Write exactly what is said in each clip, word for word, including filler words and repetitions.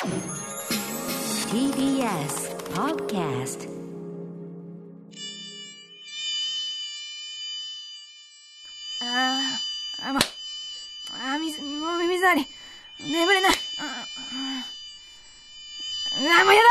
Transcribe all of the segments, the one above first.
ティービーエス Podcast。 あーあ、ま、あー、水、もう水あり。眠れない。あー、うわ、もうやだ。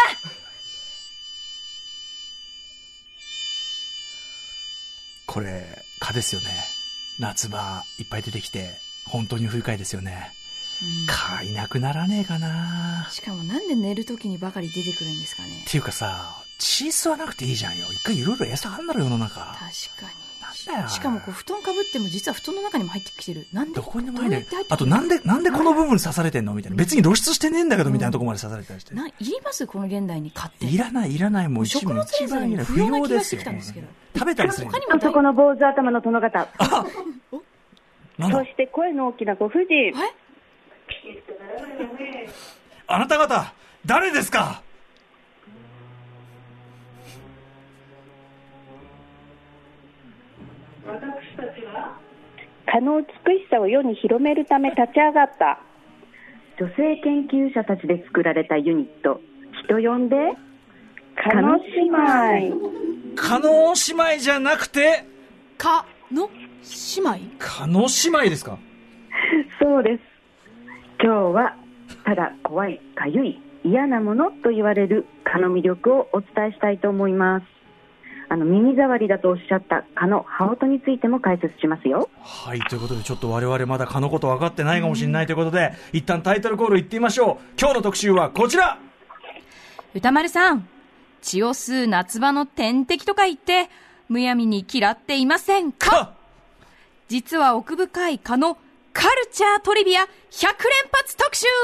これ蚊ですよね。夏場いっぱい出てきて本当に不愉快ですよね。蚊いなくならねえかな。 しかもなんで寝るときにばかり出てくるんですかね。 っていうかさ、血吸わなくていいじゃんよ。一回いろいろ餌あんだろ世の中。確かに。 なんだよ。 しかもこう布団かぶっても実は布団の中にも入ってきてる。なんでどこにでも入る。 あとなんでなんでこの部分刺されてんのみたいな。別に露出してねえんだけどみたいなところまで刺されたりして。 ないりますこの現代に蚊って。 いらないいらない。もう食物連鎖に不要な気がしてきたんですけど。 食べたりする。 他にもそこの坊主頭の殿方。 あそして声の大きなご婦人。 あなた方誰ですか。 私たちは蚊の美しさを世に広めるため立ち上がった女性研究者たちで作られたユニット、人呼んで蚊の姉妹。 蚊の姉妹じゃなくて蚊の姉妹。 蚊の姉妹ですか。 そうです。今日はただ怖い、かゆい、嫌なものと言われる蚊の魅力をお伝えしたいと思います。あの耳障りだとおっしゃった蚊の羽音についても解説しますよ。 はい、ということでちょっと我々まだ蚊のこと分かってないかもしれないということで、一旦タイトルコールいってみましょう。今日の特集はこちら。 歌丸さん、血を吸う夏場の天敵とか言ってむやみに嫌っていませんか。実は奥深い蚊のカルチャートリビアひゃく連発特集。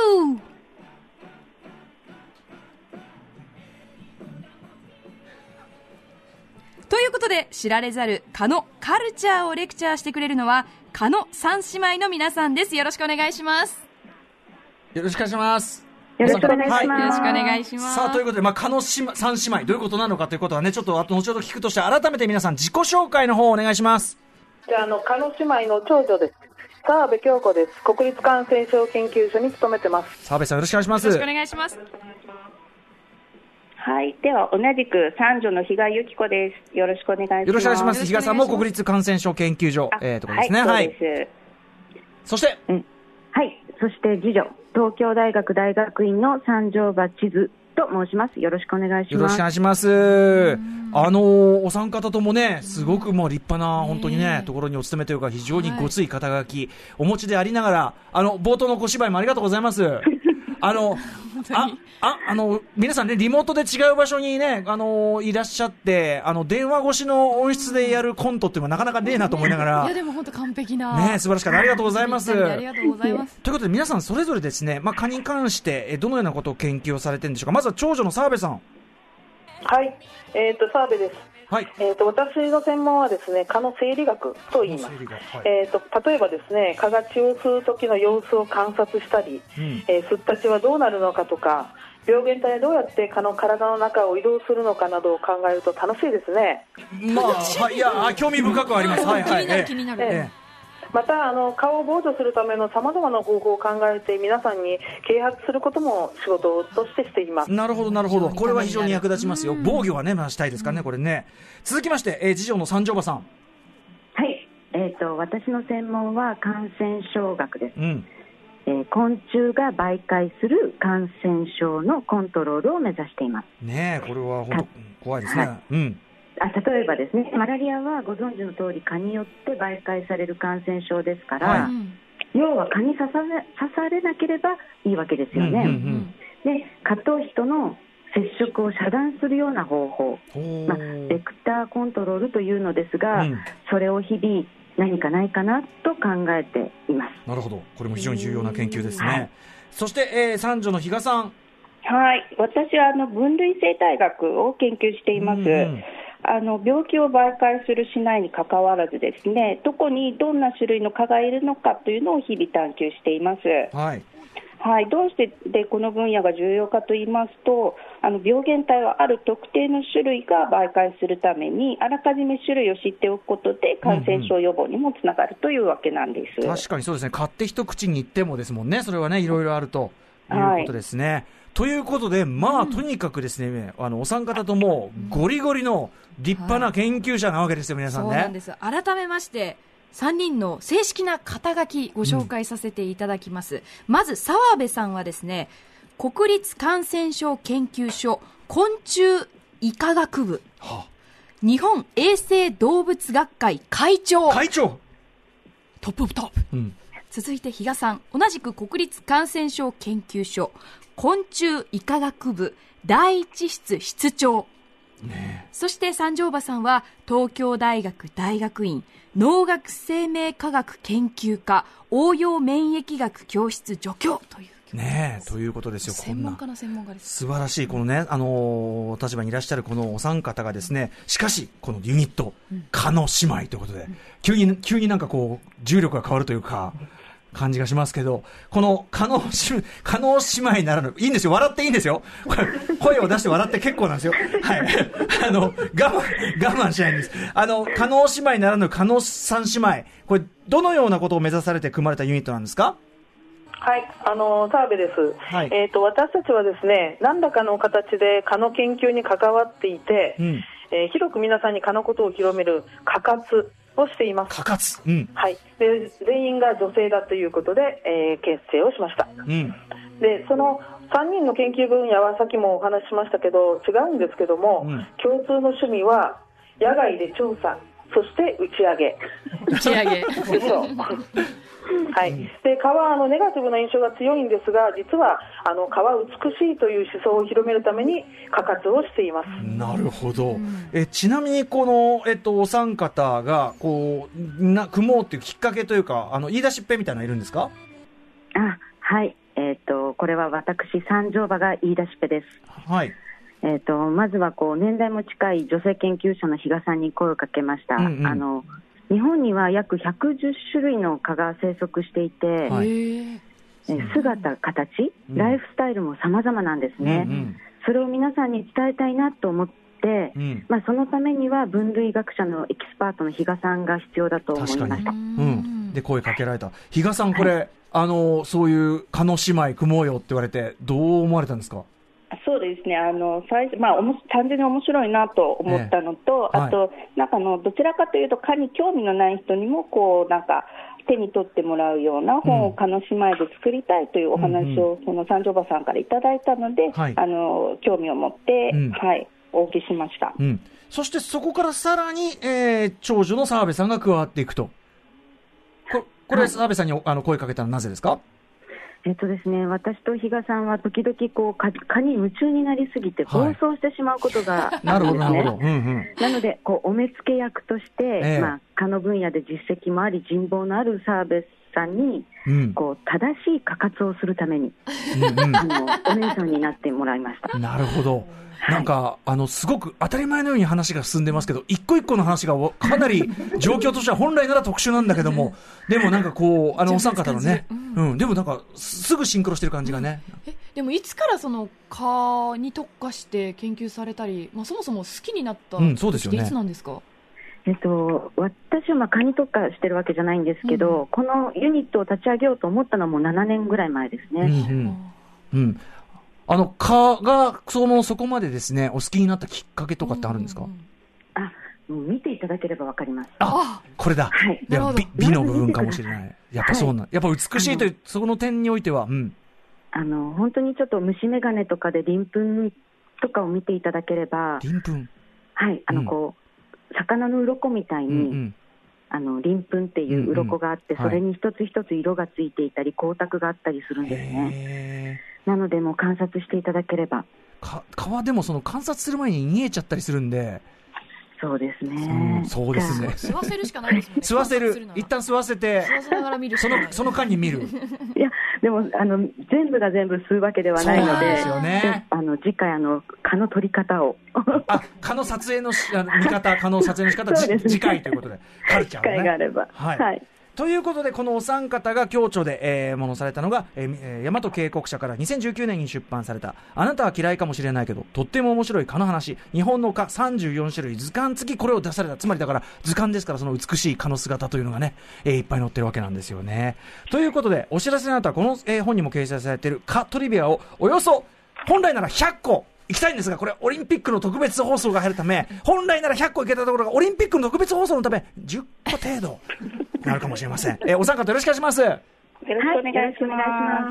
ということで、知られざる蚊のカルチャーをレクチャーしてくれるのは蚊の三姉妹の皆さんです。よろしくお願いします。 よろしくお願いします。 よろしくお願いします。 はい、よろしくお願いします。 さあ、ということで、まあ、蚊の三姉妹どういうことなのかということはね、ちょっと後ほど聞くとして、改めて皆さん自己紹介の方をお願いします。 じゃあ、あの蚊の姉妹の長女です。澤部京子です。国立感染症研究所に勤めてます。 澤部さん、よろしくお願いします。 よろしくお願いします。 はい、では同じく三女の比嘉由紀子です。よろしくお願いします。 よろしくお願いします。比嘉さんも国立感染症研究所、えー、ところですね。 はい、そうです。 そして、 うん、はい、そして次女、東京大学大学院の三条場千鶴と申します。よろしくお願いします。 よろしくお願いします。あのお三方ともね、すごくもう立派な本当にね、ところにお勤めというか、非常にごつい肩書きお持ちでありながら、あの冒頭のご芝居もありがとうございます。あのあああの皆さんね、リモートで違う場所にね、あのいらっしゃって、あの電話越しの音質でやるコントっていうのはなかなかねえなと思いながら、 いやでも本当完璧なね、素晴らしかった。ありがとうございます。 ありがとうございます。 ということで皆さんそれぞれですね、まあ、蚊に関してどのようなことを研究をされているんでしょうか。まずは長女の澤部さん。 はい、えー、と澤部です。 はい、 えー、と私の専門はですね、蚊の生理学と言います。はい、えー、と例えばですね、蚊が血を吸う時の様子を観察したり、うん、えー、吸った血はどうなるのかとか、病原体はどうやって蚊の体の中を移動するのかなどを考えると楽しいですね。 まあ、はい、いや興味深くあります。はいはい、気になる気になる、ええまたあの蚊を防除するためのさまざまな方法を考えて皆さんに啓発することも仕事としてしています。 なるほどなるほど、これは非常に役立ちますよ。防御はね、まあ、したいですからね、これね。続きまして、えー、次女の三条場さん。 はい、えー、と私の専門は感染症学です。うん、えー、昆虫が媒介する感染症のコントロールを目指していますね。えこれは本当怖いですね。はい、うん、 あ例えばですね、マラリアはご存知の通り蚊によって媒介される感染症ですから、はい、要は蚊に刺され、刺されなければいいわけですよね。うんうんうん、で蚊と人の接触を遮断するような方法、まあ、ベクターコントロールというのですが、うん、それを日々何かないかなと考えています。 なるほど、これも非常に重要な研究ですね。はい、そして、えー、三女の比嘉さん。 はい、私はあの分類生態学を研究しています。うんうん、あの病気を媒介するしないにかかわらずですね、どこにどんな種類の蚊がいるのかというのを日々探求しています。はいはい、どうしてでこの分野が重要かと言いますと、あの病原体はある特定の種類が媒介するためにあらかじめ種類を知っておくことで感染症予防にもつながるというわけなんです。 うんうん、確かにそうですね。蚊って一口に言ってもですもんね、それはね、いろいろあるということですね。はい、 ということで、まあ、うん、とにかくですね、あのお三方ともゴリゴリの立派な研究者なわけですよ、皆さんね。 そうなんです。改めましてさんにんの正式な肩書きご紹介させていただきます、うん、まず澤部さんはですね、国立感染症研究所昆虫医科学部、はあ、日本衛生動物学会会長会長トップオブトップ、うん、続いて比嘉さん、同じく国立感染症研究所昆虫医科学部第一室室長、ね、そして三条馬さんは東京大学大学院農学生命科学研究科応用免疫学教室助教というねえということですよ。 専門家の専門家です。 素晴らしいこのね、あのー、立場にいらっしゃるこのお三方がですね、しかしこのユニット、うん、カノ姉妹ということで、うん、急に急になんかこう重力が変わるというか感じがしますけど、このカノカノ姉妹ならぬ、いいんですよ、笑っていいんですよ、これ声を出して笑って結構なんですよ、はい、あの我慢我慢しないんです。あのカノ姉妹ならぬカノ三姉妹、これどのようなことを目指されて組まれたユニットなんですか？ はい、あの澤部です、はい、えーと、私たちはですね、何らかの形で蚊の研究に関わっていて、うん、えー、広く皆さんに蚊のことを広める蚊活をしています。 蚊活、うん、 はい、で全員が女性だということで、えー、結成をしました、うん、でそのさんにんの研究分野はさっきもお話ししましたけど違うんですけども、うん、共通の趣味は野外で調査、そして打ち上げ打ち上げはい、で蚊はあのネガティブな印象が強いんですが、実はあの蚊は美しいという思想を広めるために蚊活をしています。 なるほど、うん、えちなみにこの、えっと、お三方がこうな組もうというきっかけというか、あの言い出しっぺみたいなのいるんですか？ あ、はい、えー、とこれは私三条馬が言い出しっぺです。 はい、 えー、とまずはこう年代も近い女性研究者の比嘉さんに声をかけました、うんうん、あの日本には約ひゃくじゅっしゅるいの蚊が生息していて、はい、え姿、形、うん、ライフスタイルも様々なんですね、うんうん、それを皆さんに伝えたいなと思って、うん、まあ、そのためには分類学者のエキスパートの比嘉さんが必要だと思いました。うん、 で声かけられた比嘉さん、これ、はい、あのそういう蚊の姉妹組もうよって言われてどう思われたんですか？ そうですね、あの最初、まあ、おも単純に面白いなと思ったのと、ええ、あと、はい、なんかのどちらかというと蚊に興味のない人にもこうなんか手に取ってもらうような本を蚊の姉妹で作りたいというお話を、うんうん、その三条馬さんからいただいたので、はい、あの興味を持って、うん、はい、お受けしました、 うん、そしてそこからさらに、えー、長女の澤部さんが加わっていくと。こ, これ、はい、澤部さんにあの声かけたのはなぜですか？ えっとですね、私と比嘉さんは時々こう 蚊, 蚊に夢中になりすぎて暴走してしまうことがあるんですね。なるほど、なるほど、うんうん、なのでこうお目付け役として、えーまあ、蚊の分野で実績もあり人望のある澤部さんに、うん、こう正しい蚊活をするために、うんうん、あのお姉さんになってもらいました。 なるほど、なんかあのすごく当たり前のように話が進んでますけど、一個一個の話がかなり状況としては本来なら特殊なんだけどもでもなんかこうあのお三方のね、うん、うん、でもなんかすぐシンクロしてる感じがね、 うん、えでもいつからその蚊に特化して研究されたり、まあ、そもそも好きになったって、うん、そうですよね、いつなんですか？ えっと、私はまあ蚊に特化してるわけじゃないんですけど、うん、このユニットを立ち上げようと思ったのはもうななねんぐらい前ですね。うんうんうん、あの蚊がそのそこまでですねお好きになったきっかけとかってあるんですか？うんうん、 あ、もう見ていただければわかります。 あ、これだ、はい、でも 美, 美の部分かもしれない。やっぱそうな、はい、やっぱ美しいというその点においては、うん、 あの本当にちょっと虫眼鏡とかで鱗粉とかを見ていただければ、 鱗粉、 はい、あのこう、うん、魚の鱗みたいに、うんうん、あの鱗粉っていう鱗があって、うんうん、それに一つ一つ色がついていたり光沢があったりするんですね。なのでもう観察していただければ。 か蚊はでもその観察する前に逃げちゃったりするんで。 そうですね、 うん、そうですね。 吸わせるしかないですもんね。 吸わせる、一旦吸わせて吸わせながら見る、 そのその間に見る。 いやでもあの全部が全部吸うわけではないの で, そうですよ、ね、あの次回あの蚊の取り方をあ蚊の撮影のあの見方蚊の撮影の仕方、ね、次回ということでカルチャーをね、 機会があれば、 はい、はいということでこのお三方が共著で、えー、ものされたのが、えー、大和渓谷社からにせんじゅうきゅうねんに出版されたあなたは嫌いかもしれないけどとっても面白い蚊の話、日本の蚊さんじゅうよんしゅるい図鑑付き、これを出された。つまりだから図鑑ですから、その美しい蚊の姿というのがね、えー、いっぱい載ってるわけなんですよね。ということでお知らせの後はこの、えー、本にも掲載されている蚊トリビアをおよそ本来ならひゃっこ行きたいんですが、これオリンピックの特別放送が入るため、本来ならひゃっこ行けたところがオリンピックの特別放送のためじゅっこ程度になるかもしれません。えー、お三方よろしくお願いします。 よろしくお願いします。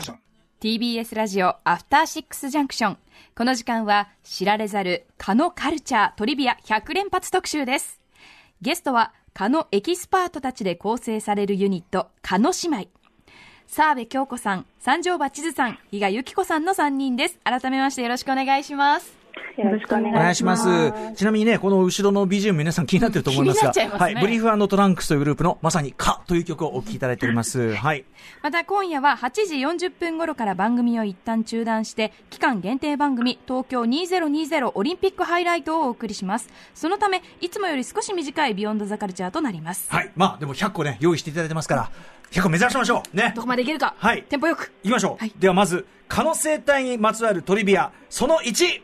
ティービーエス ラジオアフターシックスジャンクション。この時間は知られざる蚊のカルチャートリビアひゃく連発特集です。ゲストは蚊のエキスパートたちで構成されるユニット蚊の姉妹、澤部京子さん、三条場千鶴さん、比嘉由紀子さんのさんにんです。改めましてよろしくお願いします。 よろしくお願いします。 お願いします。ちなみにね、この後ろの ビージーエム 皆さん気になってると思いますが、 気になっちゃいますね。 はい、ブリーフ&トランクスというグループのまさに蚊という曲をお聴きいただいております。はい。 また今夜ははちじよんじゅっぷん頃から番組を一旦中断して、期間限定番組東京にせんにじゅうオリンピックハイライトをお送りします。そのためいつもより少し短いビヨンドザカルチャーとなります。 はい。まあでもひゃっこね用意していただいてますから、ひゃっこ目指しましょうね。 どこまでいけるか。 はい。 テンポよくいきましょう。 はい、 ではまず蚊の生態にまつわるトリビアそのいち。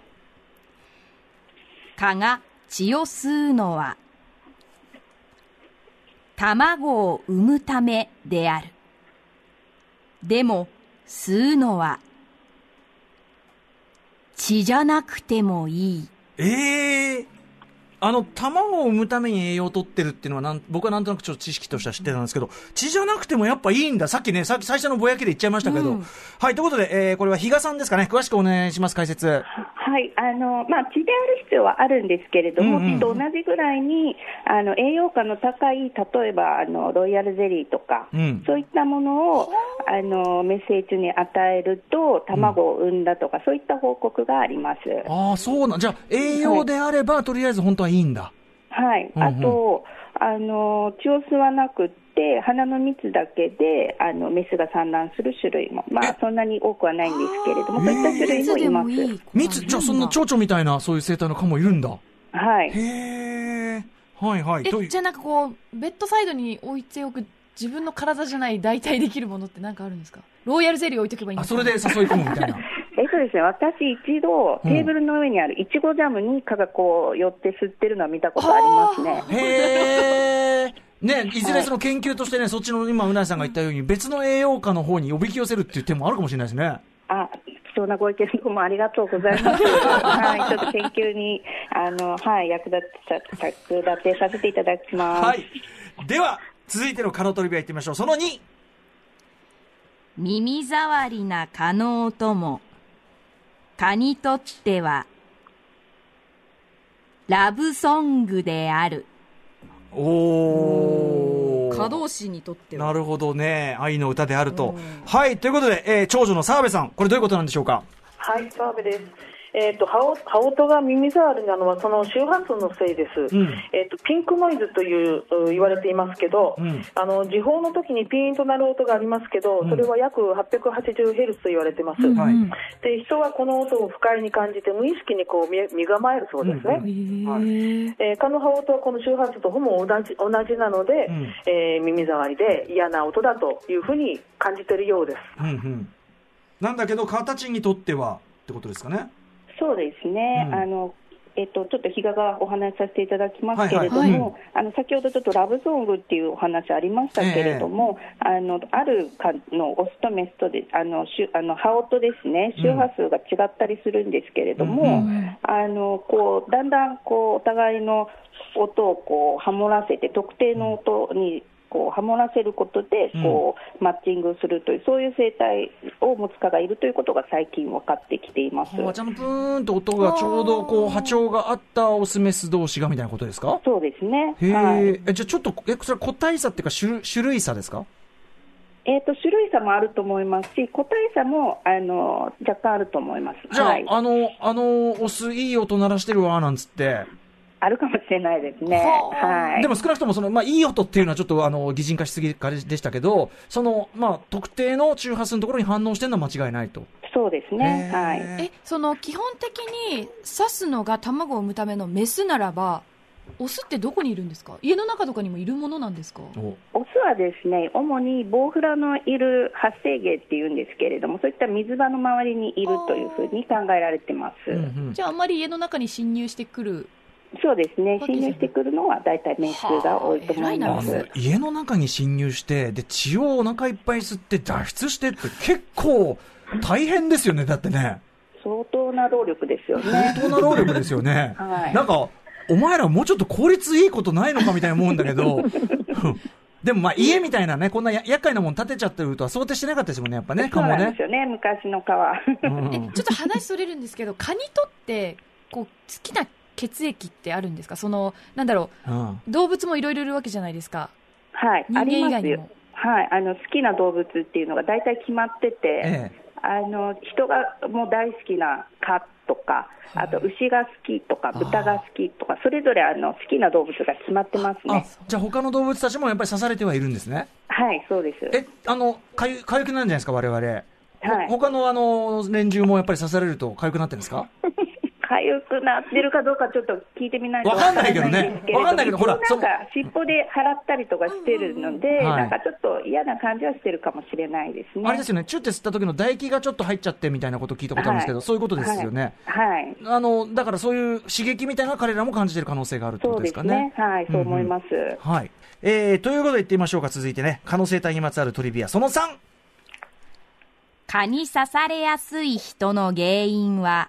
蚊が血を吸うのは卵を産むためである。でも吸うのは血じゃなくてもいい。 ええー、あの卵を産むために栄養を取ってるっていうのはなん僕はなんとなくちょっと知識としては知ってたんですけど、血じゃなくてもやっぱいいんだ。さっきね、さっき最初のぼやきで言っちゃいましたけど、うん、はい。ということで、えー、これは比嘉さんですかね。詳しくお願いします。解説。 はい、あのまあ、血である必要はあるんですけれども、うんうん、血と同じぐらいにあの栄養価の高い、例えばあのロイヤルゼリーとか、うん、そういったものをあのメッセージに与えると卵を産んだとか、うん、そういった報告があります。 ああ、そうなん。じゃあ栄養であれば、はい、とりあえず本当はいいんだ。 はい、あと、うんうん、あの血を吸わなくて花の蜜だけであのメスが産卵する種類も、まあ、そんなに多くはないんですけれども、そういった種類もいます。 いい蜜、じゃあそんな蝶々みたいなそういう生態の蚊もいるんだ。 はい。 へー、はいはい。 え、じゃあなんかこうベッドサイドに置いておく自分の体じゃない代替できるものって何かあるんですか？ロイヤルゼリー置いとけばいいんですか？ あ、それで誘い込むみたいな。 えっとですね、私一度テーブルの上にあるいちごジャムに蚊がこう寄って吸ってるのは見たことありますね。 へー。ね、いずれその研究としてね、はい、そっちの今うなえさんが言ったように別の栄養価の方におびき寄せるっていう手もあるかもしれないですね。 あ、貴重なご意見どうもありがとうございます。はい、ちょっと研究にあの、はい、役立て役立てさせていただきます。 はい。では続いての蚊のトリビアいってみましょう。そのに。 耳障りな蚊の音も蚊にとってはラブソングである。 おー、 蚊同士にとっては。 なるほどね、愛の歌であると。はい、ということで、えー、長女の澤部さん、これどういうことなんでしょうか？ はい、澤部です。えー、と羽音が耳障りなのはその周波数のせいです、うん、えー、とピンクノイズという言われていますけど、うん、あの時報の時にピーンとなる音がありますけど、うん、それは約はっぴゃくはちじゅうヘルツと言われています、うん、で人はこの音を不快に感じて無意識にこう 身, 身構えるそうですね、うん、はい、えー、蚊の羽音はこの周波数とほぼ同じ、同じなので、うん、えー、耳障りで嫌な音だというふうに感じているようです、 うんうん、なんだけど蚊たちにとってはってことですかね？ そうですね、うん、あのえっと、ちょっと比嘉がお話しさせていただきますけれども、はいはいはい、あの先ほどちょっとラブソングっていうお話ありましたけれども、えー、あのある蚊のオスとメスとであのしあの羽音ですね、周波数が違ったりするんですけれども、うん、あのこうだんだんこうお互いの音をこうハモらせて特定の音にこうハモらせることでこう、うん、マッチングするという、そういう生態を持つ蚊がいるということが最近分かってきています。 ちゃんとプーンと音がちょうどこう波長があったオスメス同士がみたいなことですか？ そうですね。 へ、 はい、 えじゃあちょっとえそれ個体差っていうか 種, 種類差ですか？ えー、と種類差もあると思いますし、個体差もあの若干あると思います。 じゃあ、 はい、 あのあのオスいい音鳴らしてるわなんつってあるかもしれないですね。はい。 でも少なくともその、まあ、いい音っていうのはちょっとあの擬人化しすぎかでしたけど、その、まあ、特定の周波数のところに反応してるのは間違いないと。 そうですね。はい。 え、その基本的に刺すのが卵を産むためのメスならば、オスってどこにいるんですか？家の中とかにもいるものなんですか？ オスはですね、主にボウフラのいる発生源っていうんですけれども、そういった水場の周りにいるというふうに考えられてます。 うんうん、じゃああんまり家の中に侵入してくるそうですね、侵入してくるのは大体メスが多いと思います。 家の中に侵入してで血をお腹いっぱい吸って脱出してって結構大変ですよね。だってね、 相当な労力ですよね。 相当な労力ですよね、はい、なんかお前らもうちょっと効率いいことないのかみたいな思うんだけどでもまあ家みたいなね、こんなや厄介なもん建てちゃってるとは想定してなかったですもんね、やっぱね。 そうなんですよね、昔の川、 うん、えちょっと話それるんですけど、蚊にとってこう好きな血液ってあるんですか？そのなんだろう、うん、動物もいろいろいるわけじゃないですか。 はい、 人間以外にも。 はい、あの好きな動物っていうのが大体決まってて、ええ、あの人がもう大好きな蚊とか、あと牛が好きとか豚が好きとか、それぞれあの好きな動物が決まってますね。 あ、じゃあ他の動物たちもやっぱり刺されてはいるんですね。 はい、そうです。 え、あのかゆかゆくなるんじゃないですか、我々。はい、他のあの連中もやっぱり刺されるとかゆくなってるんですか？ かゆくなってるかどうかちょっと聞いてみないと分かんないけどね。分かんないけど、ほら、 なんか尻尾で払ったりとかしてるので、うんうん、なんかちょっと嫌な感じはしてるかもしれないですね。 あれですよね、チュッて吸った時の唾液がちょっと入っちゃってみたいなことを聞いたことあるんですけど、はい、そういうことですよね。 はい。はい、 あのだからそういう刺激みたいなのが彼らも感じている可能性があるってことですかね。 そうですね。はい、そう思います。うんうん、 はい。えー、ということで言ってみましょうか。続いてね、蚊の生態にまつわるトリビアそのさん。 蚊に刺されやすい人の原因は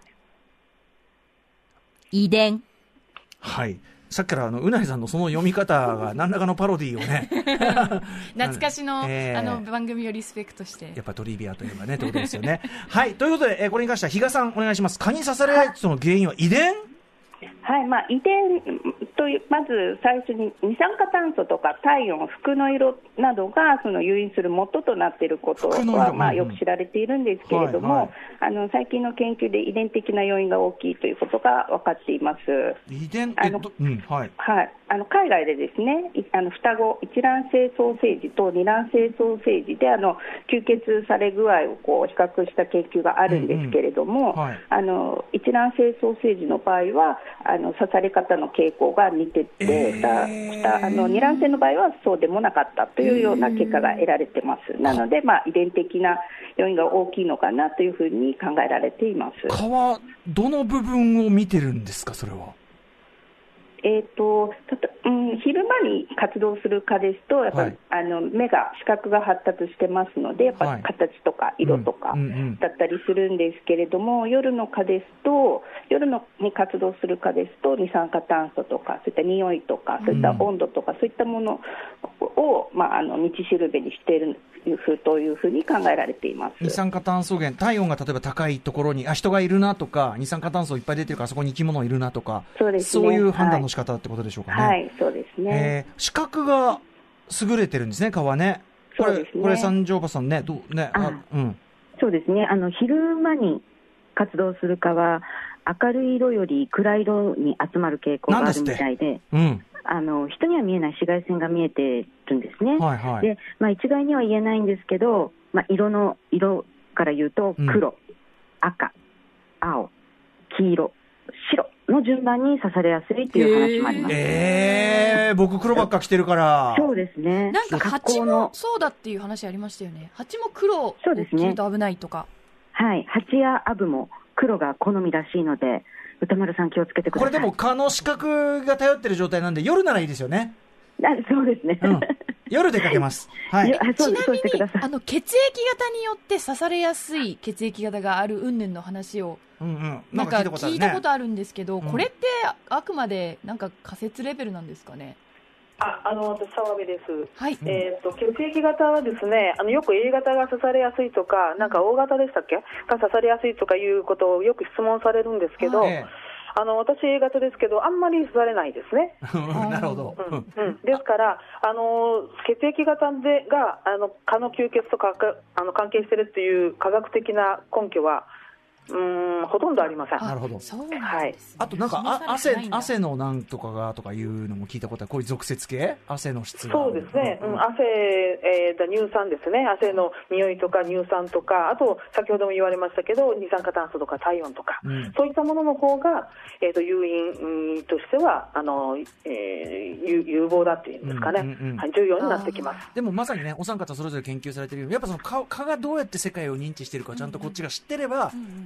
遺伝。 はい。さっきからあのうないさんのその読み方が何らかのパロディーをね懐かしの、えー、あの番組をリスペクトしてやっぱトリビアといえばねということですよねはい、ということで、えー、これに関しては比嘉さんお願いします。蚊に刺されないその原因は遺伝。 はい、まあ、遺伝というまず最初に二酸化炭素とか体温、服の色などがその誘因する元となっていることは、まあ、よく知られているんですけれども、はいはい、あの最近の研究で遺伝的な要因が大きいということが分かっています。 遺伝あの、 うんはいはい、あの海外でですね、あの双子一卵性双生児と二卵性双生児であの吸血され具合をこう比較した研究があるんですけれども、うんうんはい、あの一卵性双生児の場合はあの刺され方の傾向が似てて、えー、あの二卵性の場合はそうでもなかったというような結果が得られてます。なので、まあ、遺伝的な要因が大きいのかなというふうに考えられています。 蚊はどの部分を見てるんですか、それは。 えーとたとうん、昼間に活動する蚊ですとやっぱり、はい、あの目が視覚が発達してますのでやっぱり形とか色とかだったりするんですけれども、うんうんうん、夜の蚊ですと夜のに活動する蚊ですと二酸化炭素とかそういった匂いとかそういった温度とか、うん、そういったものを、まあ、あの道しるべにしているというふうに考えられています。 二酸化炭素源、体温が例えば高いところにあ人がいるなとか二酸化炭素いっぱい出てるからそこに生き物いるなとか、 そうですね、 そういう判断の仕方ってことでしょうかね。 はい、はい、そうですね、 えー、視覚が優れてるんですね、蚊はね。これ、 そうですね、 これ三条馬さんね、どうね、あ、うん、 そうですね、あの昼間に活動する蚊は明るい色より暗い色に集まる傾向があるみたいで、うん、あの人には見えない紫外線が見えてるんですね、はいはい、でまあ、一概には言えないんですけど、まあ、色の色から言うと黒、うん、赤、青、黄色、白の順番に刺されやすいっていう話もあります。 えー、僕黒ばっか着てるからそうですね、 なんか蜂もそうだっていう話ありましたよね。蜂も黒を着ると危ないとか、 ね、はい、蜂やアブも黒が好みらしいので歌丸さん気をつけてください。 これでも蚊の視覚が頼ってる状態なんで夜ならいいですよね。 あ、そうですね、うん、 夜出かけます、はい、 ちなみにあの血液型によって刺されやすい血液型がある云々の話を、うんうん、なんか聞いたことあるんですけど、うん、これってあくまでなんか仮説レベルなんですかね。 ああの私澤部です、 はい、 えー、と血液型はですね、あのよく A 型が刺されやすいとか、なんか O 型でしたっけが刺されやすいとかいうことをよく質問されるんですけど、はい、あの私 A 型ですけどあんまり刺されないですねなるほど、 うんうん、ですからあの血液型でがあの蚊の吸血とかあの関係しているっていう科学的な根拠はうーんほとんどありません。 なるほど。 そうなんですね。 はい、あとなんかあ汗汗のなんとかがとかいうのも聞いたことはこういう俗説系汗の質が。 そうですね、うん、汗、えー、乳酸ですね、汗の匂いとか乳酸とか、あと先ほども言われましたけど二酸化炭素とか体温とか、うん、そういったものの方が、えー、と誘因としてはあの、えー、有, 有望だっていうんですかね、うんうんうん、はい、重要になってきます。 でもまさにねお三方それぞれ研究されているようにやっぱその蚊がどうやって世界を認知しているかちゃんとこっちが知ってれば、うんうん、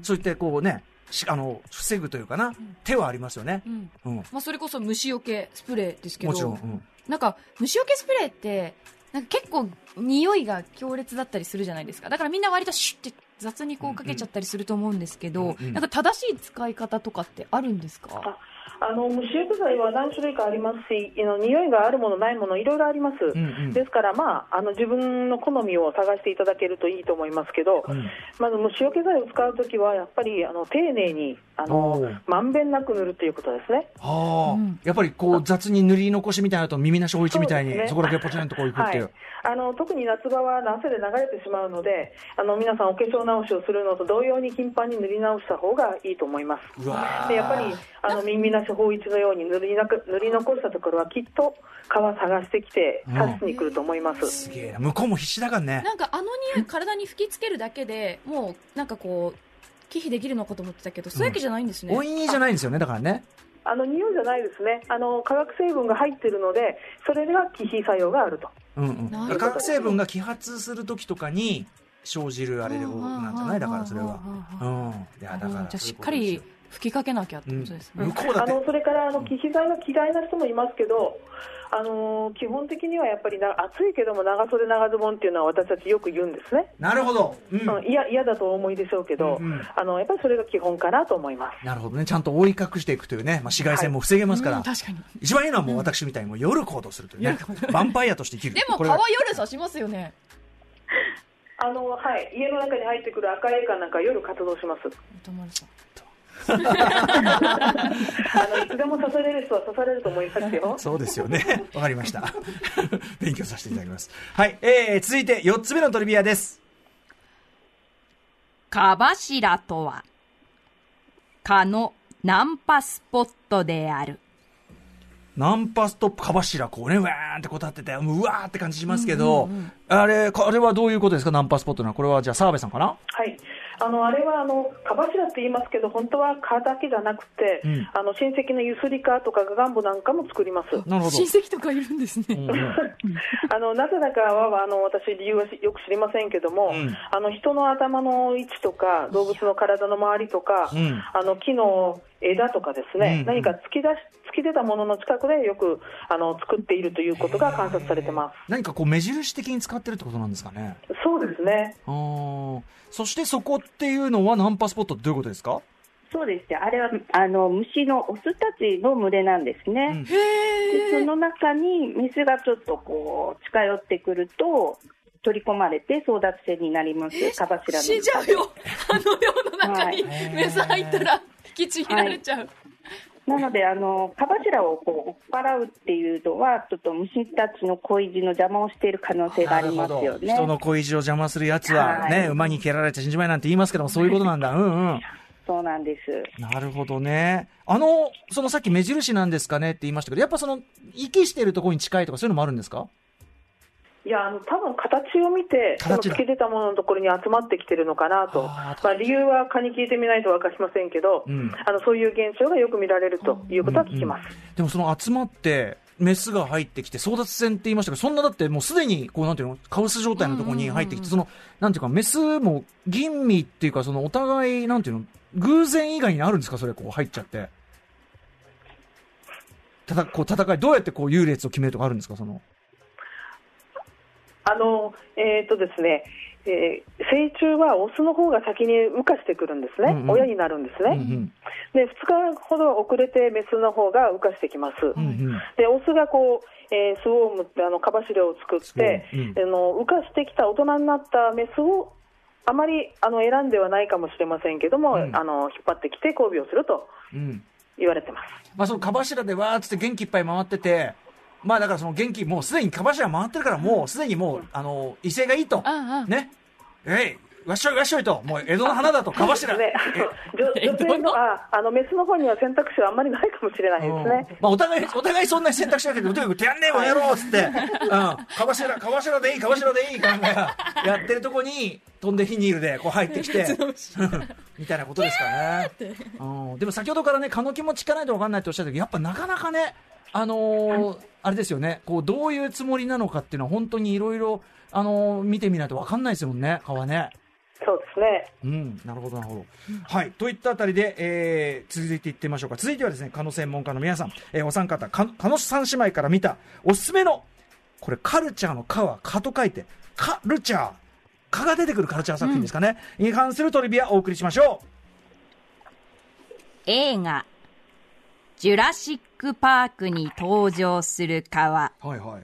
そういったこうね、あの防ぐというかな、うん、手はありますよね、うんうんまあ、それこそ虫除けスプレーですけど、 もちろん、うん、 なんか虫除けスプレーってなんか結構匂いが強烈だったりするじゃないですか。だからみんな割とシュッて雑にこうかけちゃったりすると思うんですけど、うんうん、なんか正しい使い方とかってあるんですか？ あの虫除け剤は何種類かありますし、匂いがあるものないものいろいろあります、うんうん、ですから、まあ、あの自分の好みを探していただけるといいと思いますけど、うん、まず虫除け剤を使うときはやっぱりあの丁寧にあのまんべんなく塗るということですね。 はあ、うん、やっぱりこう雑に塗り残しみたいなと耳なしお一みたいに そ,、ね、そこだけポチンとこういくっていう、はい、 あの特に夏場は汗で流れてしまうので、あの皆さんお化粧直しをするのと同様に頻繁に塗り直した方がいいと思います。うわでやっぱりあの耳なし法一のように塗りなく塗り残したところはきっと皮探してきて刺しに来ると思います、うん、 すげえな、向こうも必死だからね。 なんかあの匂い体に吹きつけるだけでもうなんかこう忌避できるのかと思ってたけど、そういうわけじゃないんですね。 おいにじゃないんですよね。だからね、 あの匂いじゃないですね。あの化学成分が入っているので、それが忌避作用があると、 うんうん、化学成分が揮発するときとかに生じるあれなんじゃない。だからそれは、うん、いやだからじゃあしっかり吹きかけなきゃってことですね、 うん、向こうだってあのそれからあの忌避剤が嫌いな人もいますけど、あのー、基本的にはやっぱりな暑いけども長袖長ズボンっていうのは私たちよく言うんですね。 なるほど、 うんうん、いや嫌だとお思いでしょうけど、うんうん、あのやっぱりそれが基本かなと思います。 なるほどね、ちゃんと覆い隠していくというね、まあ、紫外線も防げますから、はい、 うん、確かに一番いいのはもう私みたいにもう夜行動するというね、ヴァンパイアとして生きる。 でも顔は夜刺しますよね。 あの、はい、家の中に入ってくる赤い蚊なんか夜活動します。 歌丸さんあのいつでも刺される人は刺されると思いますよ。 そうですよね。わかりました。勉強させていただきます。はい、えー、続いてよっつめのトリビアです。 蚊柱とは蚊のナンパスポットである。 ナンパストップ蚊柱、こうね、うわーんってこう立ってて、うわーって感じしますけど、うんうんうん、あれ、あれはどういうことですか、ナンパスポットのは。これはじゃあ澤部さんかな。 はい、あのあれはあの蚊柱って言いますけど、本当は蚊だけじゃなくて、うん、あの親戚のユスリカとかガガンボなんかも作ります。 なるほど、親戚とかいるんですね。うんうん、 あのなぜだかはあの私理由はよく知りませんけども、うん、あの人の頭の位置とか動物の体の周りとか、うん、あの木の枝とかですね、うんうん、何か突き出し突き出たものの近くでよくあの作っているということが観察されてます。 何かこう目印的に使ってるってことなんですかね。 そうですね。 あ、そしてそこっていうのはナンパスポットってどういうことですか。 そうですね、あれはあの虫のオスたちの群れなんですね、うん、でその中にメスがちょっとこう近寄ってくると取り込まれて争奪戦になります。蚊柱の死んじゃうよ。あの量の中にメス入ったら引きちぎられちゃう、はい、 なのであの蚊柱をこう追っ払うっていうのはちょっと虫たちの恋路の邪魔をしている可能性がありますよね。 人の恋路を邪魔するやつは、ね、はい、馬に蹴られて死んじまいなんて言いますけども、そういうことなんだ。うんうん、 そうなんです。 なるほどね。あのそのさっき目印なんですかねって言いましたけど、やっぱその息しているところに近いとかそういうのもあるんですか。 いや、あの多分形を見てその突き出たもののところに集まってきてるのかなと。まあ、理由は蚊に聞いてみないと分かりませんけど、うん、あのそういう現象がよく見られるということは聞きます、うんうん、 でもその集まってメスが入ってきて争奪戦って言いましたけど、そんなだってもうすでにこうなんていうのカオス状態のところに入ってきて、そのなんていうかメスも吟味っていうか、そのお互いなんていうの偶然以外にあるんですか、それこう入っちゃってただこう戦いどうやってこう優劣を決めるとかあるんですか。そのあのえーとですねえー、成虫はオスの方が先に羽化してくるんですね、うんうん、親になるんですね、うんうん、でふつかほど遅れてメスの方が羽化してきます、うんうん、でオスがこう、えー、スウォームってあの蚊柱を作って、うん、あの羽化してきた大人になったメスをあまりあの選んではないかもしれませんけども、うん、あの引っ張ってきて交尾をすると言われてます、 うん、まあ、その蚊柱でわーっつって元気いっぱい回ってて、まあだからその元気もうすでに蚊柱回ってるからもうすでにもうあの威勢がいいと、うんうん、ね、えいわっしょいわっしょいと、もう江戸の花だと蚊柱、 ね、女性のああのメスの方には選択肢はあんまりないかもしれないですね、 うん、まあ、お互いお互いそんな選択肢だけどとにかく手やんねえわやろうっつって、うん、蚊柱蚊柱でいい蚊柱でいい考えやってるとこに飛んで火ニールでこう入ってきてみたいなことですかね、うん、でも先ほどからね蚊の気持ちかないと分かんないっておっしゃったけど、やっぱなかなかねあのー、あれですよね、こうどういうつもりなのかっていうのは本当にいろいろあのー、見てみないと分かんないですもんね、蚊はね。 そうですね。 うん、なるほどなるほど。はい、といったあたりで、えー、続いていってみましょうか。続いてはですね、蚊の専門家の皆さん、えー、お三方、蚊の三姉妹から見たおすすめの、これカルチャーの蚊は蚊と書いてカルチャー、蚊が出てくるカルチャー作品ですかね、うん、に関するトリビアをお送りしましょう。 映画ジュラシックパークに登場する蚊は、 はいはい、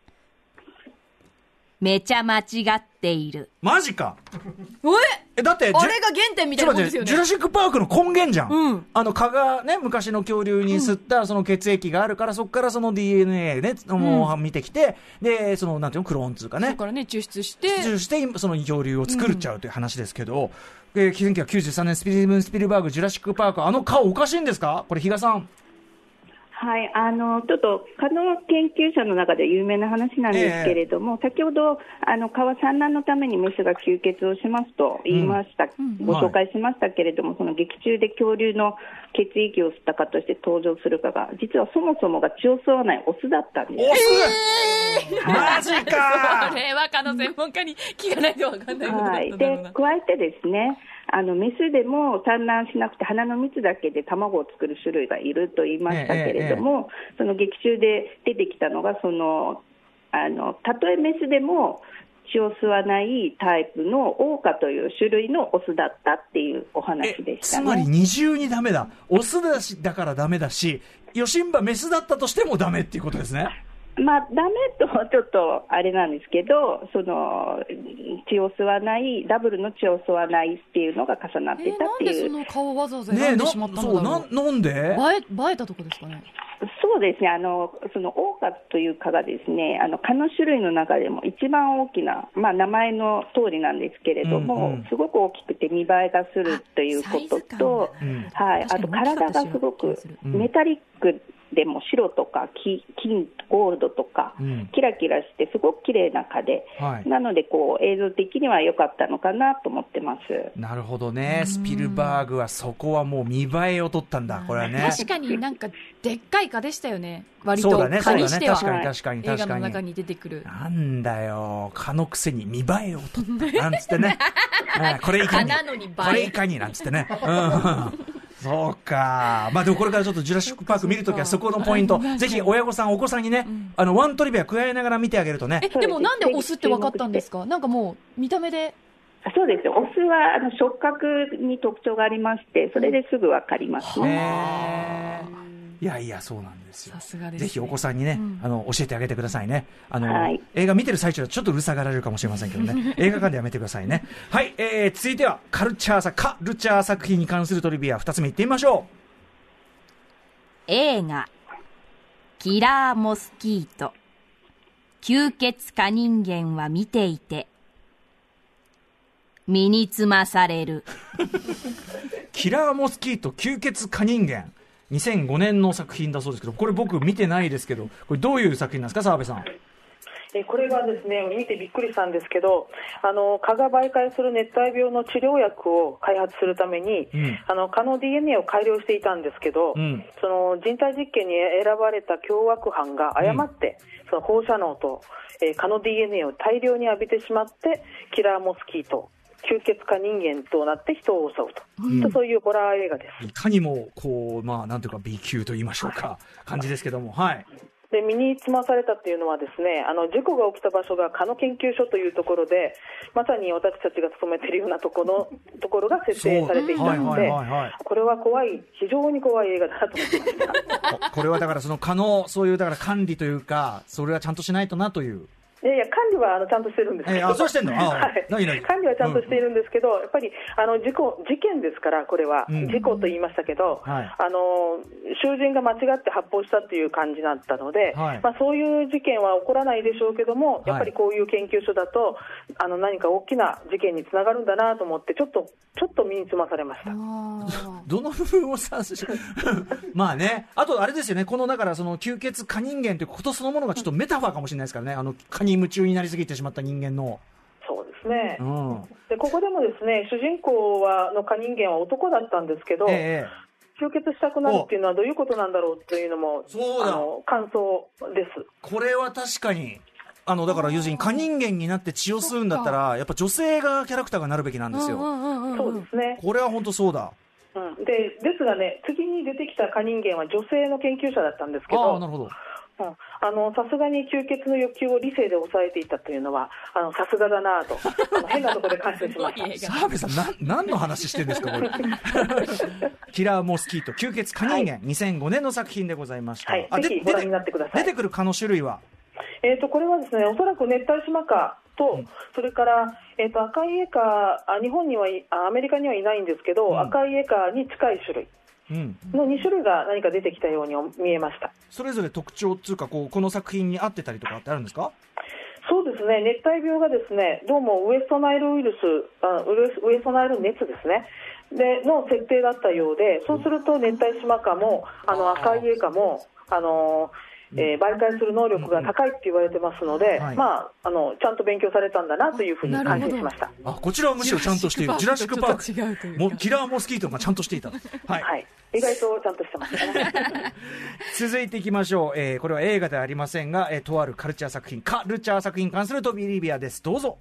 めちゃ間違っている。 マジか。 えだってあれが原点みたいなもんですよね。 ジュラシックパークの根源じゃん、 うん、 あの蚊がね、昔の恐竜に吸ったその血液があるから、うん、そこからその ディーエヌエー ね、もう見てきて、でそのなんていうのクローンつうかね、 そこからね抽出して抽出してその恐竜を作っちゃうという話ですけど、うん、えー、せんきゅうひゃくきゅうじゅうさんねんスピルスピルバーグジュラシックパーク、あの蚊おかしいんですか、これ比嘉さん。 はい、あのちょっと蚊の研究者の中で有名な話なんですけれども、えー、先ほどあの蚊は産卵のためにメスが吸血をしますと言いました、うん、ご紹介しましたけれども、はい、その劇中で恐竜の血液を吸った蚊として登場する蚊が実はそもそもが血を吸わないオスだったんです。 オス、えー、マジか。 それは蚊の専門家に聞かないと分かんないことだったんだろうな。はい、 で加えてですね、あのメスでも産卵しなくて花の蜜だけで卵を作る種類がいると言いましたけれども、えええ、その劇中で出てきたのがそのあのたとえメスでも血を吸わないタイプのオオカという種類のオスだったっていうお話でしたね。 つまり二重にダメだ、オスだしだからダメだし、ヨシンバメスだったとしてもダメっていうことですね。 まあ、ダメとちょっとあれなんですけど、その血を吸わないダブルの血を吸わないっていうのが重なっていたっていう、 えー、なんでその顔をわざわざ選んでしまったのだろう、 ね、な, なんで映え、映えたとこですかね。 そうですね、あのそのオオカという蚊がですね、あの蚊の種類の中でも一番大きな、まあ、名前の通りなんですけれども、うんうん、すごく大きくて見栄えがするということと、あ、うん、はい、あと体がすごくメタリックでも白とか金、ゴールドとか、うん、キラキラしてすごく綺麗な蚊で、はい、なのでこう映像的には良かったのかなと思ってます。 なるほどね、スピルバーグはそこはもう見栄えを取ったんだ、これはね。 確かになんかでっかい蚊でしたよね、割と蚊にしては。 そうだね、確かに確かに確かに映画の中に出てくる。 なんだよ、蚊のくせに見栄えを取ったなんつってねこれいかにこれいかになんつってね、うんそうか、まあ、でもこれからちょっとジュラシックパーク見るときはそこのポイント、ぜひ親御さんお子さんにね、うん、あのワントリビア加えながら見てあげるとね。 えでもなんでオスって分かったんですか。なんかもう見た目で。 そうですよ、オスはあの触覚に特徴がありまして、それですぐ分かりますね。 へー、いやいや、そうなんですよ。 さすがですね。 ぜひお子さんにね、うん、あの教えてあげてくださいね。あの、 はい、 映画見てる最中はちょっとうるさがられるかもしれませんけどね映画館でやめてくださいねはい、えー、続いてはカルチャーさカルチャー作品に関するトリビアふたつめいってみましょう。 映画キラーモスキート吸血蚊人間は見ていて身につまされるキラーモスキート吸血蚊人間、にせんごねんの作品だそうですけど、これ僕見てないですけど、これどういう作品なんですか、澤部さん。 えこれがですね、見てびっくりしたんですけど、あの蚊が媒介する熱帯病の治療薬を開発するために、うん、あの蚊の ディーエヌエー を改良していたんですけど、うん、その人体実験に選ばれた凶悪犯が誤って、うん、その放射能と、えー、蚊の ディーエヌエー を大量に浴びてしまってキラーモスキート吸血蚊人間となって人を襲うと、うん、そういうホラー映画です。 いかにもこう、まあ、なんていうか B 級と言いましょうか、はい、感じですけども、はい。 で身につまされたっていうのはですね、あの事故が起きた場所が蚊の研究所というところで、まさに私たちが勤めているようなところのところが設定されていたので、これは怖い、非常に怖い映画だなと思ってましたこれはだからその蚊のそういうだから管理というか、それはちゃんとしないとなという。 いやいや、管理はあのちゃんとしてるんですけど、 えー、あそうしてんのあ、 はい、 何何管理はちゃんとしているんですけど、うん、やっぱりあの事故事件ですから、これは、うん、事故と言いましたけど、はい、あの囚人が間違って発砲したっていう感じだったので、はい、まあ、そういう事件は起こらないでしょうけども、やっぱりこういう研究所だと、あの何か大きな事件につながるんだなと思って、ちょっとちょっと身につまされましたどの部分をさまあね、あとあれですよね、このだからその吸血蚊人間ということそのものがちょっとメタファーかもしれないですからね、あの蚊に夢中になりすぎてしまった人間の。 そうですね、 うん、でここでもですね、主人公はの蚊人間は男だったんですけど、えー、吸血したくなるっていうのはどういうことなんだろうというのも、そうだ、あの感想です。 これは確かにあのだから要するに蚊人間になって血を吸うんだったらやっぱ女性がキャラクターがなるべきなんですよ。 そうですね。 これは本当そうだ。 うん、でですがね、次に出てきた蚊人間は女性の研究者だったんですけど、 あ、なるほど。 うん、あのさすがに吸血の欲求を理性で抑えていたというのはあのさすがだなとあの変なところで感心しました澤部さんな何の話してるんですかこれキラーモスキート吸血蚊人間、はい、にせんごねんの作品でございました、 はい、ぜひご覧になってください。 出てくる蚊の種類は、 えー、とこれはですね、おそらく熱帯島蚊と、うん、それから、えー、と赤いエカあ日本にはあアメリカにはいないんですけど、うん、赤いエカに近い種類のに種類が何か出てきたように見えました。 それぞれ特徴というか、こうこの作品に合ってたりとかってあるんですか？ そうですね、熱帯病がですね、どうもウエストナイルウイルス、あウエストナイル熱ですねでの設定だったようで、そうすると熱帯島蚊もあの赤いエカもあのえー、媒介する能力が高いって言われてますので、はい、まあ、あのちゃんと勉強されたんだなというふうに感心しました。 あ、こちらはむしろちゃんとしている。ジュラシックパークもキラーモスキートがちゃんとしていた、 はいはい、意外とちゃんとしてましたね続いていきましょう、えー、これは映画ではありませんが、えー、とあるカルチャー作品カルチャー作品に関するトビリビアです。どうぞ。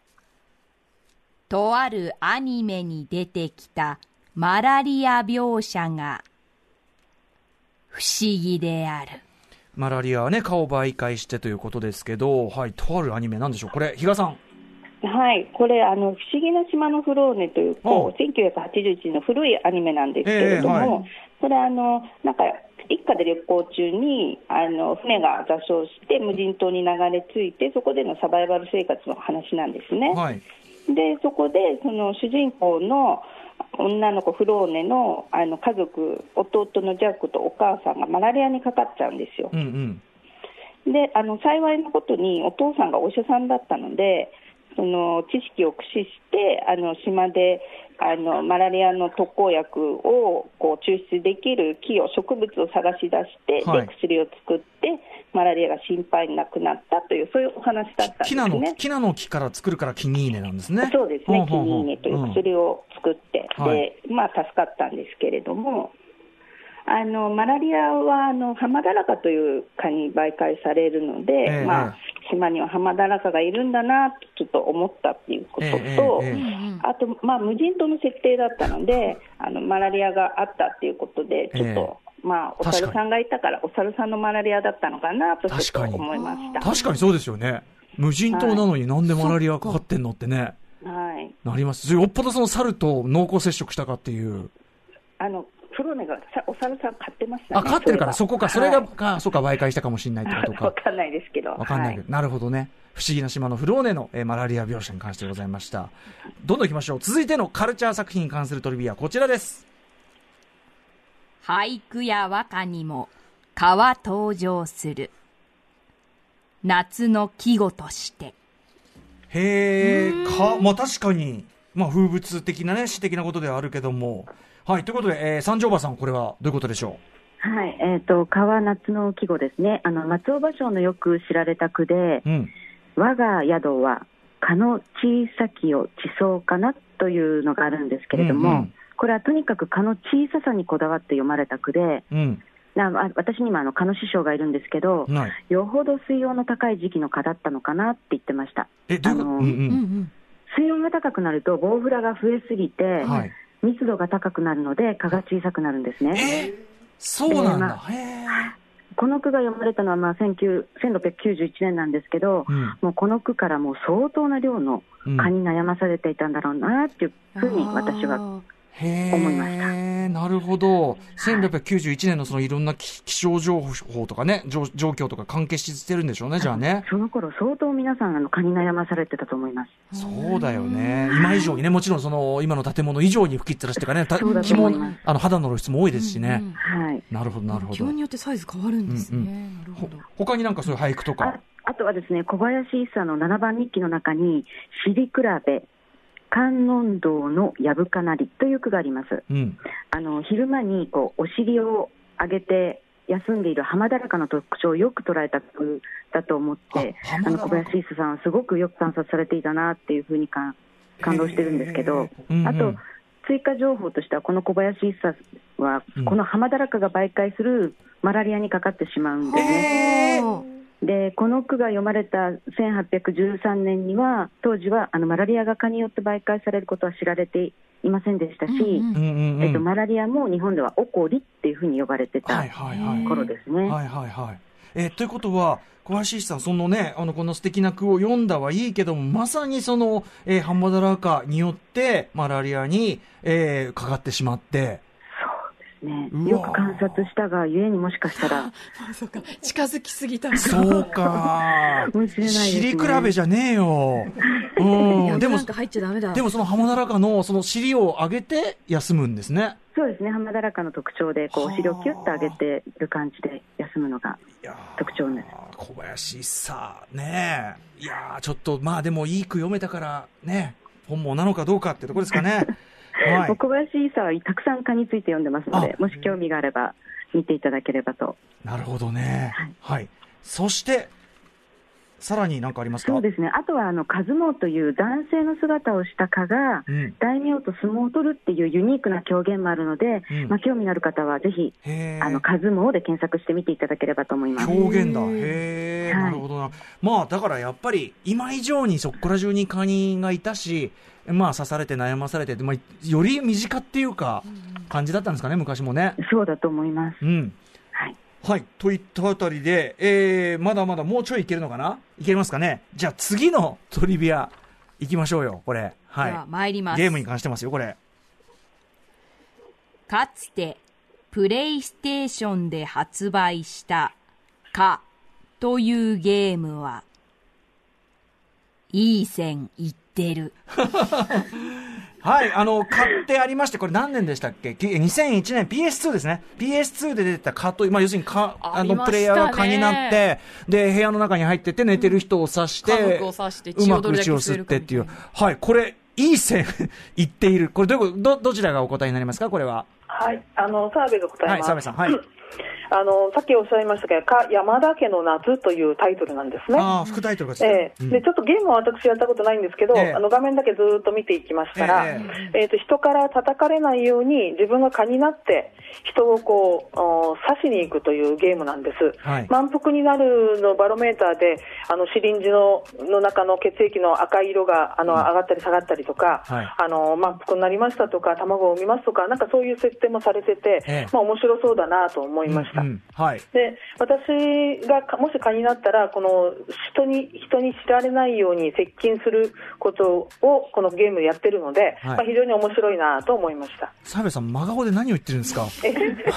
とあるアニメに出てきたマラリア描写が不思議である。 マラリアはね、蚊を媒介してということですけど、はい、とあるアニメなんでしょう、これ、比嘉さん。 はい、これあの、不思議な島のフローネというこうせんきゅうひゃくはちじゅういちねんの古いアニメなんですけれども、えーはい、これあの、なんか一家で旅行中にあの船が座礁して無人島に流れ着いて、そこでのサバイバル生活の話なんですね、はい、でそこでその主人公の女の子フローネ の, あの家族、弟のジャックとお母さんがマラリアにかかっちゃうんですよ、うんうん、であの幸いなことにお父さんがお医者さんだったので、その知識を駆使してあの島であのマラリアの特効薬をこう抽出できる木を植物を探し出して、はい、で薬を作ってマラリアが心配なくなったという、そういうお話だったんですね。 キナの木から作るからキニーネなんですね。 そうですね、キニーネという薬を作って、うん、でまあ、助かったんですけれども、あのマラリアはあのハマダラカという蚊に媒介されるので、えーまあ、島にはハマダラカがいるんだなとちょっと思ったっていうことと、えーえー、あと、まあ、無人島の設定だったので、あのマラリアがあったっていうことでちょっと、えーまあ、お猿さんがいたからお猿さんのマラリアだったのかなとちょっと思いました。 確かにそうですよね。無人島なのになんでマラリアかかってんのってね、 はい、 なります。よっぽどその猿と濃厚接触したかっていう。 あのフローネがお猿さん飼ってましたね。 あ、飼ってるからそこか、それが、はい、そうか媒介したかもしれないってことか。 わかんないですけど。 わかんないけど、はい、なるほどね。不思議な島のフローネの、えー、マラリア描写に関してございました。どんどん行きましょう。続いてのカルチャー作品に関するトリビア、こちらです。 俳句や和歌にも蚊は登場する。夏の季語として。 へー、蚊、まあ確かに、まあ風物的なね、詩的なことではあるけども。はい、ということで、えー、三条馬さん、これはどういうことでしょう。はい、えーと、蚊は夏の季語ですね。あの松尾芭蕉のよく知られた句で、うん、我が宿は蚊の小さきを地層かなというのがあるんですけれども、うんうん、これはとにかく蚊の小ささにこだわって読まれた句で、うん、な私にもあの蚊の師匠がいるんですけど、はい、よほど水温の高い時期の蚊だったのかなって言ってました。 え、どういうこと？あの、うんうん、 水温が高くなるとボウフラが増えすぎて、はい、密度が高くなるので蚊が小さくなるんですね。 えー、そうなんだ、まあ、へこの句が読まれたのはまあせんろっぴゃくきゅうじゅういちねんなんですけど、うん、もうこの句からもう相当な量の蚊に悩まされていたんだろうなっていうふうに私は思いました。 へー、なるほど。せんろっぴゃくきゅうじゅういちねんのそのいろんな気象情報とかね、状況とか関係してるんでしょうね、じゃあね。 その頃相当皆さんあの蚊に悩まされてたと思います。 そうだよね。今以上にね、もちろんその今の建物以上に吹きつらしてかね、気もあの肌の露出も多いですしね、うんうん、 はい、 なるほどなるほど。 気温によってサイズ変わるんですね、うんうん、なるほど。 他になんかそういう俳句とか。 あ, あとはですね、小林一茶のななばん日記の中に尻比べ観音堂のやぶかなりという句があります、うん、あの昼間にこうお尻を上げて休んでいる浜だらかの特徴をよく捉えた句だと思って、ああの小林一茶さんはすごくよく観察されていたなっていうふうに感動してるんですけど、うんうん、あと追加情報としてはこの小林一茶はこの浜だらかが媒介するマラリアにかかってしまうんですね。 でこの句が読まれたせんはっぴゃくじゅうさんねんには当時はあのマラリアが蚊によって媒介されることは知られていませんでしたし、うんうんえっと、マラリアも日本ではおこりっていうふうに呼ばれてた頃ですね。 はいはいはい。えー、ということは小林さん、そのね、あのこの素敵な句を読んだはいいけども、まさにその、えー、ハンマダラーカによってマラリアに、えー、かかってしまって、 ね、よく観察したがゆえにもしかしたらそうか近づきすぎたそうかもしれないですね。 尻比べじゃねえよ、うん、でもなんか入っちゃダメだ。 でもそのハマダラカのその尻を上げて休むんですね。 そうですね、ハマダラカの特徴でこうお尻をキュッと上げている感じで休むのが特徴です。 小林さんねえ、いやちょっとまあでもいい句読めたからね、本望なのかどうかってところですかね。はい、 小林伊佐はたくさん蚊について読んでますので、もし興味があれば見ていただければと。 なるほどね、はいはい、そしてさらに何かありますか。 そうですね、あとはあの蚊相撲という男性の姿をした蚊が、うん、大名と相撲を取るっていうユニークな狂言もあるので、うんまあ、興味のある方はぜひあの蚊相撲で検索してみていただければと思います。 狂言だ、へー、はい、なるほどな。まあだからやっぱり今以上にそこら中に蚊人がいたし、まあ刺されて悩まされて、まあ、より身近っていうか感じだったんですかね、昔もね。 そうだと思います、 うんはいはい、といったあたりで、えー、まだまだもうちょいいけるのかな、いけますかね。じゃあ次のトリビアいきましょうよ、これ。はい、 では参ります。 ゲームに関してますよ、これ。 かつてプレイステーションで発売したかというゲームはいい線いってるはい、あの買ってありまして、これ何年でしたっけ。にせんいちねん ピーエスツー ですね。 ピーエスツー で出てた蚊という、まあ、要するに蚊、あのプレイヤーが蚊になって、で部屋の中に入ってって寝てる人を刺して、 うん、を刺してうまく血を吸ってっていう。はい、これいい線いっている。これどういうこと、どどちらがお答えになりますか、これは。 はい、あの澤部が答えます。はい、 澤部さん、はいあのさっきおっしゃいましたけど、か山田家の夏というタイトルなんですね。 あ、副タイトルが、 えーうん、でちょっとゲームは私やったことないんですけど、えー、あの画面だけずっと見ていきましたら、えーえー、と人から叩かれないように自分が蚊になって人をこう刺しに行くというゲームなんです、はい、満腹になるのバロメーターであのシリンジ の, の中の血液の赤い色があの、うん、上がったり下がったりとか、はい、あの満腹になりましたとか卵を産みますとか、なんかそういう設定もされてて、えーまあ、面白そうだなと思いました、うんうんはい、で私がもし蚊になったらこの人に人に知られないように接近することをこのゲームでやってるので、はい、まあ、非常に面白いなと思いました。 澤部さん、真顔で何を言ってるんですか。 え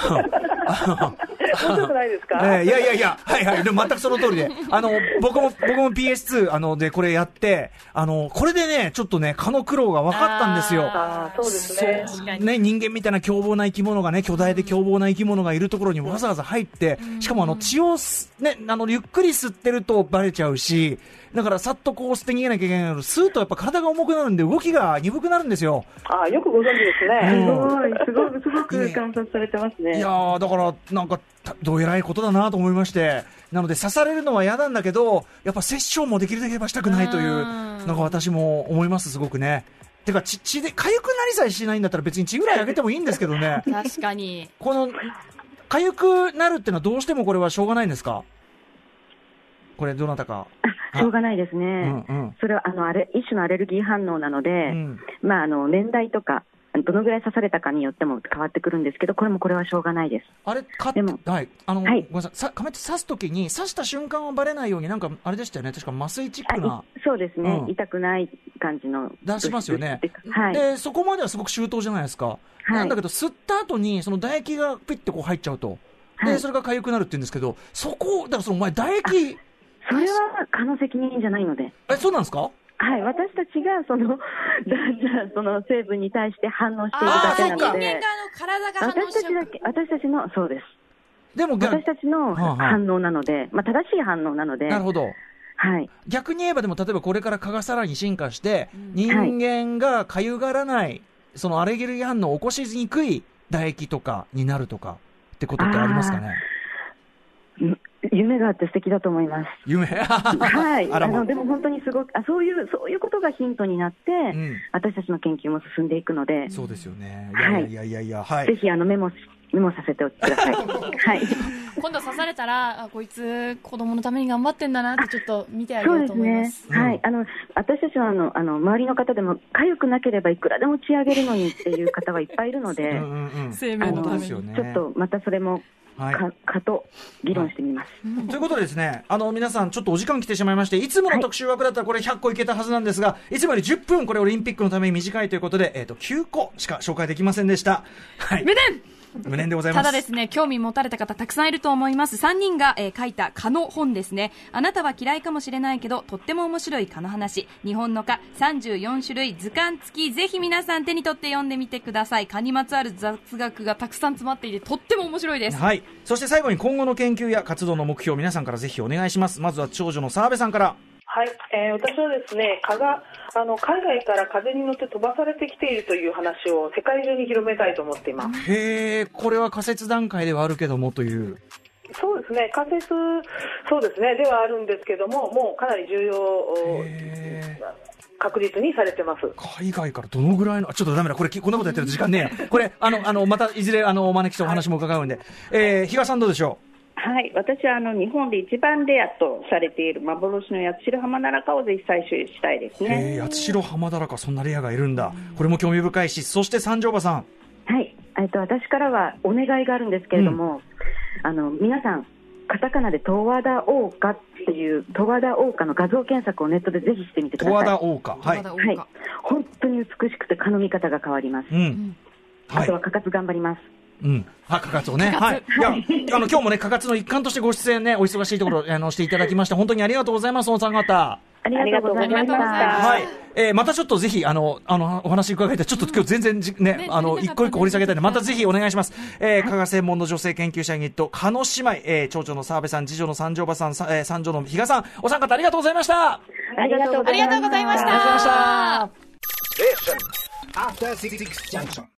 面白くないですか。 えー、いやいやいや、はいはい、でも全くその通りで、あの僕も僕も ピーエスツー あのでこれやって、あのこれでねちょっとね蚊の苦労が分かったんですよ。 ああ、そうですね。 そうね、人間みたいな凶暴な生き物がね、巨大で凶暴な生き物がいるところにわざわざ入って、しかもあの血をね、あのゆっくり吸ってるとバレちゃうし、だからさっとこう捨て逃げなきゃいけないので、吸うとやっぱ体が重くなるんで動きが鈍くなるんですよ。 ああ、よくご存知ですね。 すごいすごくすごく観察されてますね。 いやー、だからなんかどうえらいことだなと思いまして、なので刺されるのは嫌なんだけど、やっぱ殺生もできるだけはしたくないという、なんか私も思います、すごくね。てか血、血で痒くなりさえしないんだったら別に血ぐらいあげてもいいんですけどね。 確かに。 この痒くなるってのはどうしてもこれはしょうがないんですか。これどなたか。 しょうがないですね、うんうん、それはあのあれ一種のアレルギー反応なので、うん、まあ、あの年代とかどのぐらい刺されたかによっても変わってくるんですけど、これもこれはしょうがないです。 あれかでも、はい、あの、はい、ごめんなさい、さ亀って刺すときに刺した瞬間はバレないようになんかあれでしたよね、確か麻酔チックな。 そうですね、うん、痛くない感じの出しますよね、 はい、 でそこまではすごく周到じゃないですか、はい、なんだけど吸った後にその唾液がピッてこう入っちゃうと、で、はい、それが痒くなるって言うんですけど、そこだからそのお前唾液、 それは蚊の責任じゃないので。 え、そうなんですか。 はい、私たちがそのその成分に対して反応しているだけなので、 人間側の体が反応しちゃう。 私たちだけ、私たちの、そうです。 でも私たちの反応なので、はあはあ、まあ、正しい反応なので。 なるほど。 はい、 逆に言えばでも例えばこれから蚊がさらに進化して、うん、人間がかゆがらない、はい、そのアレルギー反応を起こしにくい唾液とかになるとかってことってありますかね。 夢があって素敵だと思います。 夢はい、あのでも本当にすごくあそういうそういうことがヒントになって、うん、私たちの研究も進んでいくので。 そうですよね。いやいやいやいや、はい、 ぜひあのメモメモさせてください。はい。 今度刺されたら、あ、こいつ子供のために頑張ってんだなってちょっと見てあげようと思います。 そうですね。はい。あの、私たちはあの、あの、周りの方でも、痒くなければいくらでも血上げるのにっていう方はいっぱいいるので、 生命のために。 ちょっとまたそれも、はい、か, かと議論してみます、 はい、ということでですね、あの皆さんちょっとお時間来てしまいまして、いつもの特集枠だったらこれひゃっこいけたはずなんですが、はい、いつもよりじゅっぷんこれオリンピックのために短いということで、えーときゅうこしか紹介できませんでした。はい、 無念無念でございます。 ただですね、興味持たれた方たくさんいると思います。さんにんが、えー、書いた蚊の本ですね。あなたは嫌いかもしれないけどとっても面白い蚊の話、日本の蚊さんじゅうよんしゅるい図鑑付き、ぜひ皆さん手に取って読んでみてください。蚊にまつわる雑学がたくさん詰まっていてとっても面白いです。 はい。そして最後に今後の研究や活動の目標、皆さんからぜひお願いします。まずは長女の澤部さんから。 はい、えー、私はですね、蚊があの海外から風に乗って飛ばされてきているという話を世界中に広めたいと思っています。 へー、これは仮説段階ではあるけどもという。 そうですね、仮説、そうですね、ではあるんですけども、もうかなり重要、確実にされてます。 海外からどのぐらいの、ちょっとダメだ、これこんなことやってると時間ねえや。これあのあのまたいずれあのお招きしてお話も伺うんで、はい、えー、比嘉さんどうでしょう。 はい、私はあの日本で一番レアとされている幻の八代ハマダラカをぜひ採取したいですね。 八代ハマダラカ、そんなレアがいるんだ。これも興味深いし、そして三条馬さん。 はい、えっと私からはお願いがあるんですけれども、うん、あの皆さんカタカナで十和田大花っていう十和田大花の画像検索をネットでぜひしてみてください。 十和田大花、はい、 はい、本当に美しくて蚊の見方が変わります。うん、あとは蚊活頑張ります。 うん、は、かかつをね、はい、いや、あの今日もね、かかつの一環としてご出演ね、お忙しいところ、あのしていただきまして、本当にありがとうございます、お三方。 ありがとうございました。 はい、えー、またちょっとぜひ、あの、あの、お話伺いたい。ちょっと今日全然じ、ね、あの、一個一個掘り下げたいので、またぜひお願いします。えー、蚊が専門の女性研究者ユニット、蚊の姉妹、えー、長女の澤部さん、次女の三条馬さん、えー、三女の比嘉さん、お三方ありがとうございました。 ありがとうございました。 ありがとうございました。 ありがとうございました。